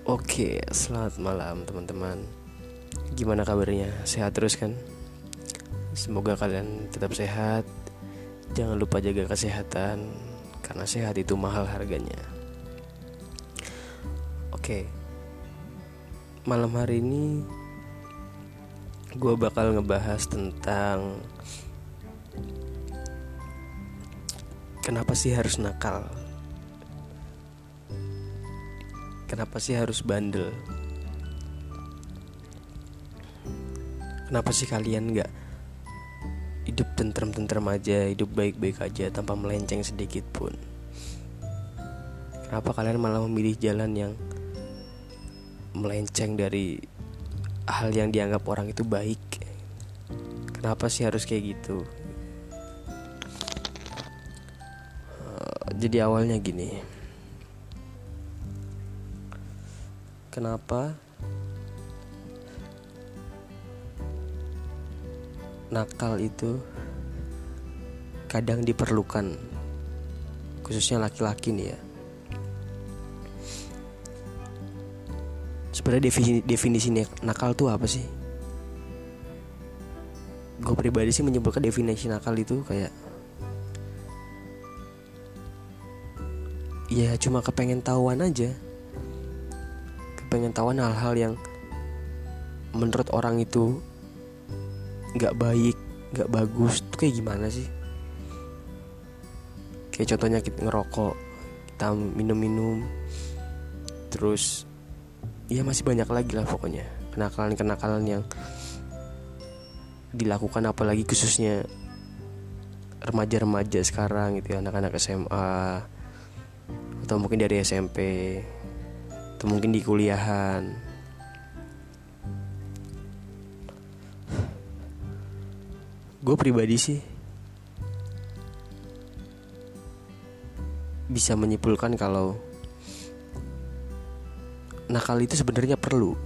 Oke, selamat malam teman-teman. Gimana kabarnya? Sehat terus kan? Semoga kalian tetap sehat. Jangan lupa jaga kesehatan, karena sehat itu mahal harganya. Oke, malam hari ini gue bakal ngebahas tentang kenapa sih harus nakal. Kenapa sih harus bandel? Kenapa sih kalian gak hidup tentrem-tentrem aja, hidup baik-baik aja tanpa melenceng sedikit pun? Kenapa kalian malah memilih jalan yang melenceng dari hal yang dianggap orang itu baik? Kenapa sih harus kayak gitu? Jadi awalnya gini. Kenapa nakal itu kadang diperlukan, khususnya laki-laki nih ya. Sebenarnya definisi nakal tuh apa sih? Gue pribadi sih menyebutkan definisi nakal itu kayak ya cuma kepengen tahuan aja, kepengen tahuan hal-hal yang menurut orang itu gak baik, gak bagus. Itu kayak gimana sih? Kayak contohnya kita ngerokok, kita minum-minum, terus ya masih banyak lagi lah pokoknya kenakalan-kenakalan yang dilakukan, apalagi khususnya remaja-remaja sekarang gitu ya, anak-anak SMA atau mungkin dari SMP atau mungkin di kuliahan. Gue pribadi sih bisa menyimpulkan kalau nakal itu sebenarnya perlu,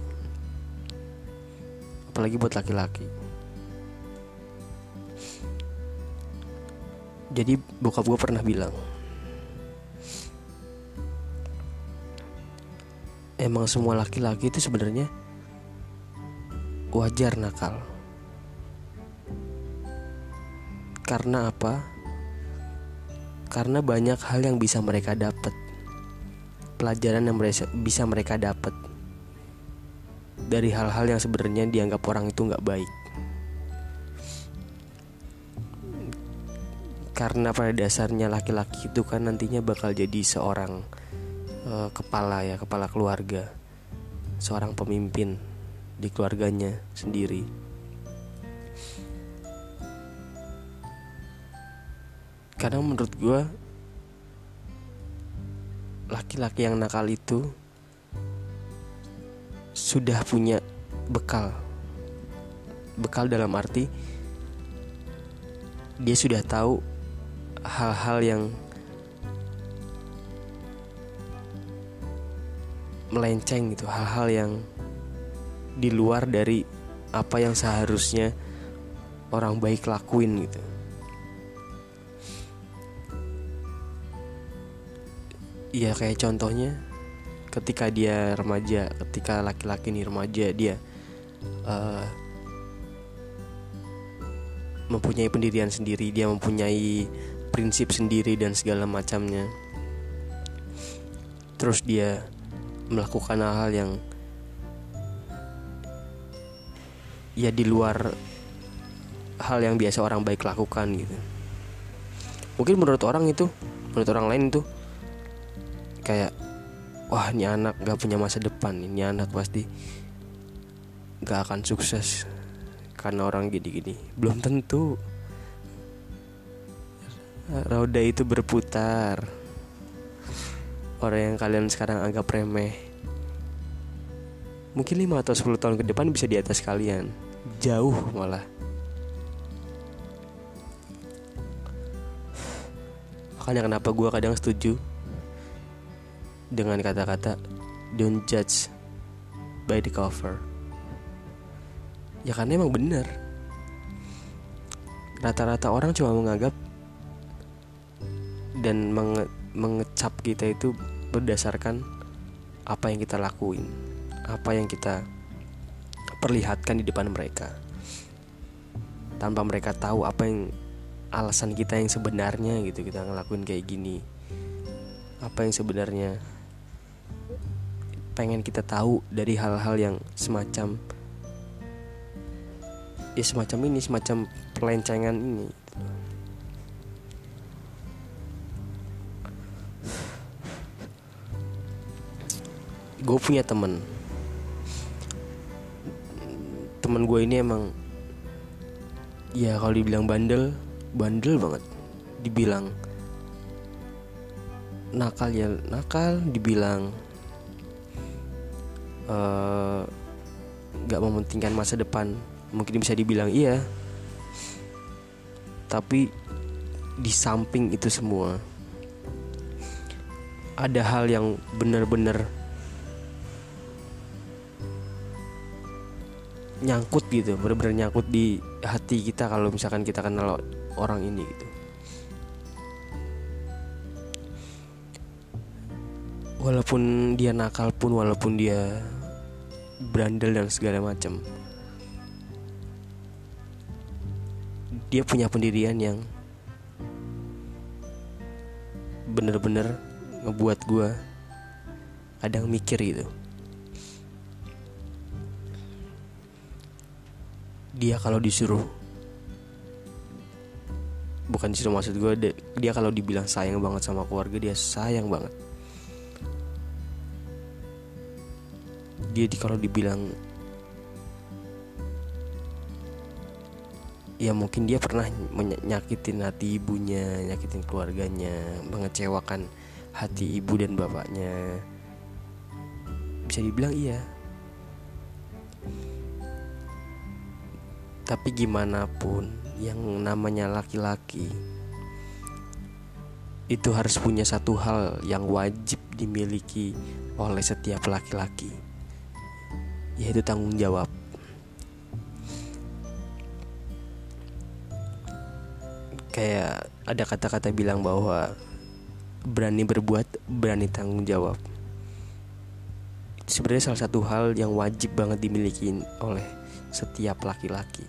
apalagi buat laki-laki. Jadi bokap gue pernah bilang, emang semua laki-laki itu sebenarnya wajar nakal. Karena apa? Karena banyak hal yang bisa mereka dapat, pelajaran yang bisa mereka dapat dari hal-hal yang sebenarnya dianggap orang itu gak baik. Karena pada dasarnya laki-laki itu kan nantinya bakal jadi seorang kepala keluarga, seorang pemimpin di keluarganya sendiri. Karena menurut gue laki-laki yang nakal itu sudah punya bekal dalam arti dia sudah tahu hal-hal yang melenceng gitu, hal-hal yang di luar dari apa yang seharusnya orang baik lakuin gitu. Ya kayak contohnya ketika dia remaja, ketika laki-laki nih remaja, dia mempunyai pendirian sendiri, dia mempunyai prinsip sendiri dan segala macamnya. Terus dia melakukan hal-hal yang ya di luar hal yang biasa orang baik lakukan gitu. Mungkin menurut orang lain itu kayak, wah ini anak gak punya masa depan, ini anak pasti gak akan sukses karena orang gini-gini. Belum tentu. Roda itu berputar. Orang yang kalian sekarang anggap remeh, mungkin 5 atau 10 tahun ke depan bisa di atas kalian, jauh malah. Makanya kenapa gue kadang setuju dengan kata-kata don't judge by the cover. Ya karena emang bener, rata-rata orang cuma menganggap dan mengecap kita itu berdasarkan apa yang kita lakuin, apa yang kita perlihatkan di depan mereka, tanpa mereka tahu apa yang alasan kita yang sebenarnya gitu, kita ngelakuin kayak gini, apa yang sebenarnya pengen kita tahu dari hal-hal yang semacam ini, semacam pelencengan ini. Gue punya temen gue ini emang, ya kalau dibilang bandel banget, dibilang nakal ya nakal, dibilang gak mementingkan masa depan, mungkin bisa dibilang iya. Tapi di samping itu semua ada hal yang benar-benar nyangkut gitu, benar-benar nyangkut di hati kita kalau misalkan kita kenal orang ini gitu. Walaupun dia nakal pun, walaupun dia berandal dan segala macam, dia punya pendirian yang bener-bener ngebuat gue kadang mikir gitu. Dia kalau disuruh, bukan disuruh, maksud gue dia kalau dibilang sayang banget sama keluarga, dia sayang banget. Dia kalau dibilang, ya mungkin dia pernah nyakitin hati ibunya, nyakitin keluarganya, mengecewakan hati ibu dan bapaknya, bisa dibilang iya. Tapi gimana pun, yang namanya laki-laki itu harus punya satu hal yang wajib dimiliki oleh setiap laki-laki, yaitu tanggung jawab. Kayak ada kata-kata bilang bahwa berani berbuat, berani tanggung jawab. Itu sebenarnya salah satu hal yang wajib banget dimiliki oleh setiap laki-laki.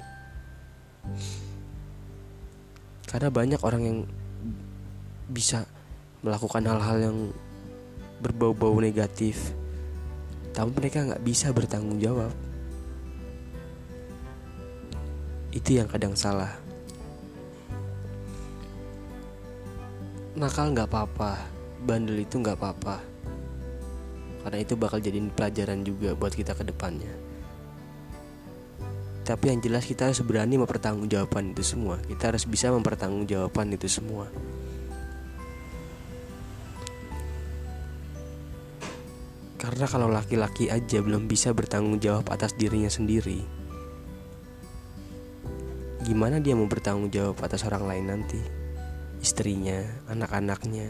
Karena banyak orang yang bisa melakukan hal-hal yang berbau-bau negatif, tapi mereka gak bisa bertanggung jawab. Itu yang kadang salah. Nakal gak apa-apa, bandel itu gak apa-apa, karena itu bakal jadiin pelajaran juga buat kita ke depannya. Tapi yang jelas kita harus berani mempertanggungjawabkan itu semua. Kita harus bisa mempertanggungjawabkan itu semua. Karena kalau laki-laki aja belum bisa bertanggung jawab atas dirinya sendiri, gimana dia mau bertanggung jawab atas orang lain nanti? Istrinya, anak-anaknya.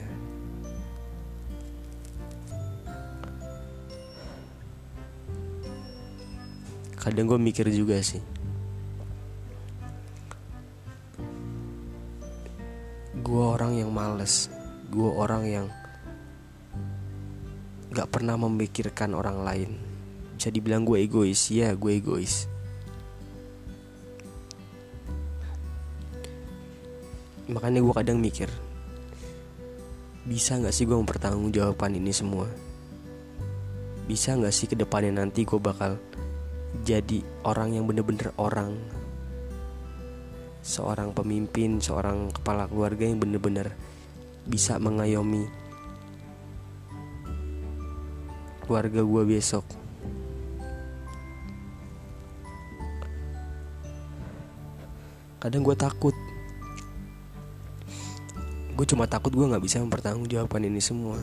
Kadang gue mikir juga sih, gue orang yang malas, gue orang yang gak pernah memikirkan orang lain. Bisa dibilang gue egois, ya gue egois. Makanya gue kadang mikir, bisa gak sih gue mempertanggungjawabkan ini semua? Bisa gak sih kedepannya nanti gue bakal jadi orang yang bener-bener orang, seorang pemimpin, seorang kepala keluarga yang bener-bener bisa mengayomi keluarga gue besok. Kadang gue takut, gue cuma takut gue gak bisa mempertanggungjawabkan ini semua.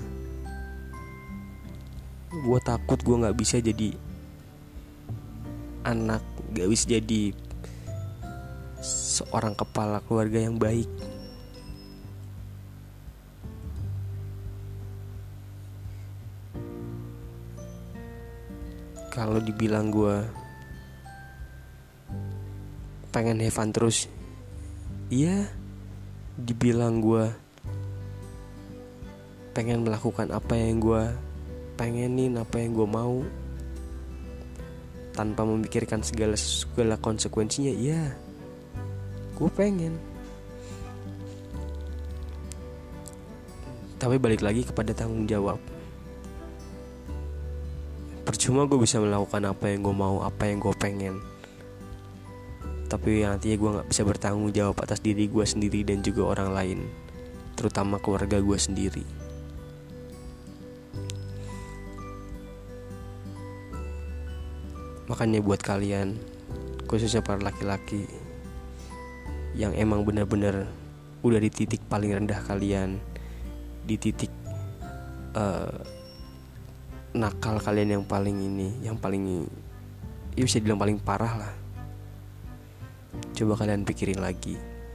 Gue takut gue gak bisa jadi anak, gak bisa jadi seorang kepala keluarga yang baik. Kalau dibilang gue pengen have fun terus, iya. Dibilang gue pengen melakukan apa yang gue pengenin apa yang gue mau tanpa memikirkan segala konsekuensinya. Ya, gue pengen. Tapi balik lagi kepada tanggung jawab. Percuma gue bisa melakukan apa yang gue mau, apa yang gue pengen, tapi nantinya gue gak bisa bertanggung jawab atas diri gue sendiri dan juga orang lain, terutama keluarga gue sendiri. Makanya buat kalian, khususnya para laki-laki yang emang benar-benar udah di titik paling rendah kalian, di titik nakal kalian yang paling ya bisa dibilang paling parah lah. Coba kalian pikirin lagi,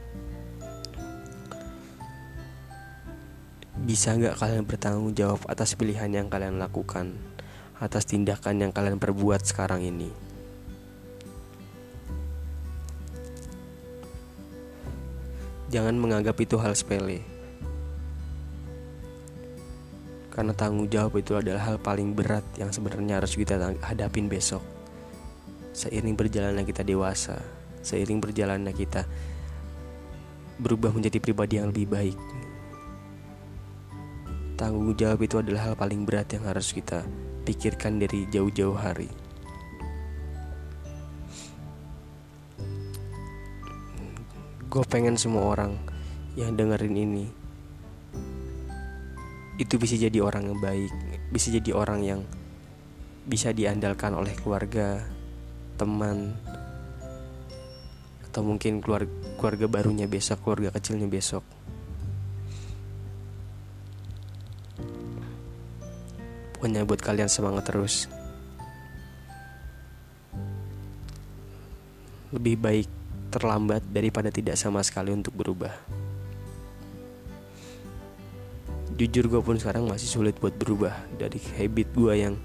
bisa gak kalian bertanggung jawab atas pilihan yang kalian lakukan, atas tindakan yang kalian perbuat sekarang ini? Jangan menganggap itu hal sepele, karena tanggung jawab itu adalah hal paling berat yang sebenarnya harus kita hadapin besok. Seiring berjalannya kita dewasa, seiring berjalannya kita berubah menjadi pribadi yang lebih baik, tanggung jawab itu adalah hal paling berat yang harus kita pikirkan dari jauh-jauh hari. Gue pengen semua orang yang dengerin ini itu bisa jadi orang yang baik, bisa jadi orang yang bisa diandalkan oleh keluarga, teman, atau mungkin keluarga barunya besok, keluarga kecilnya besok. Pokoknya buat kalian semangat terus. Lebih baik terlambat daripada tidak sama sekali untuk berubah. Jujur gue pun sekarang masih sulit buat berubah dari habit gue yang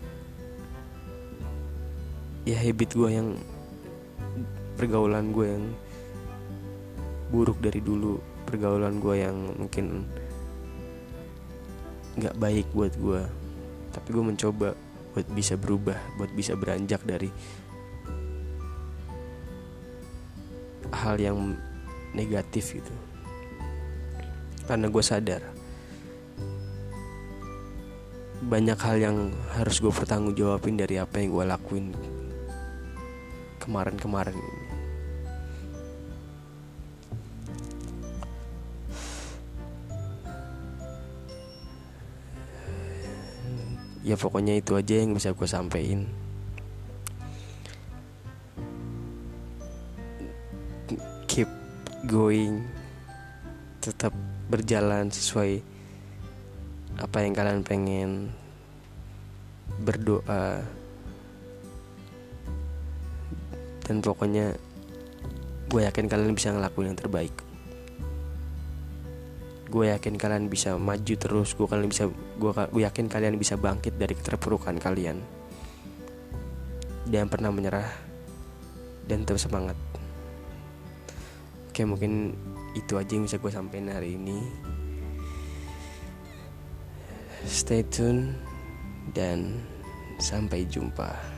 pergaulan gue yang buruk dari dulu, pergaulan gue yang mungkin gak baik buat gue. Tapi gue mencoba buat bisa berubah, buat bisa beranjak dari hal yang negatif gitu. Karena gue sadar banyak hal yang harus gue pertanggungjawabin dari apa yang gue lakuin kemarin-kemarin ini. Ya pokoknya itu aja yang bisa gue sampein. Keep going, tetap berjalan sesuai apa yang kalian pengen, berdoa, dan pokoknya gue yakin kalian bisa ngelakuin yang terbaik. Gue yakin kalian bisa maju terus. Gue yakin kalian bisa bangkit dari keterpurukan kalian. Jangan pernah menyerah dan terus semangat. Oke, mungkin itu aja yang bisa gue sampaikan hari ini. Stay tune dan sampai jumpa.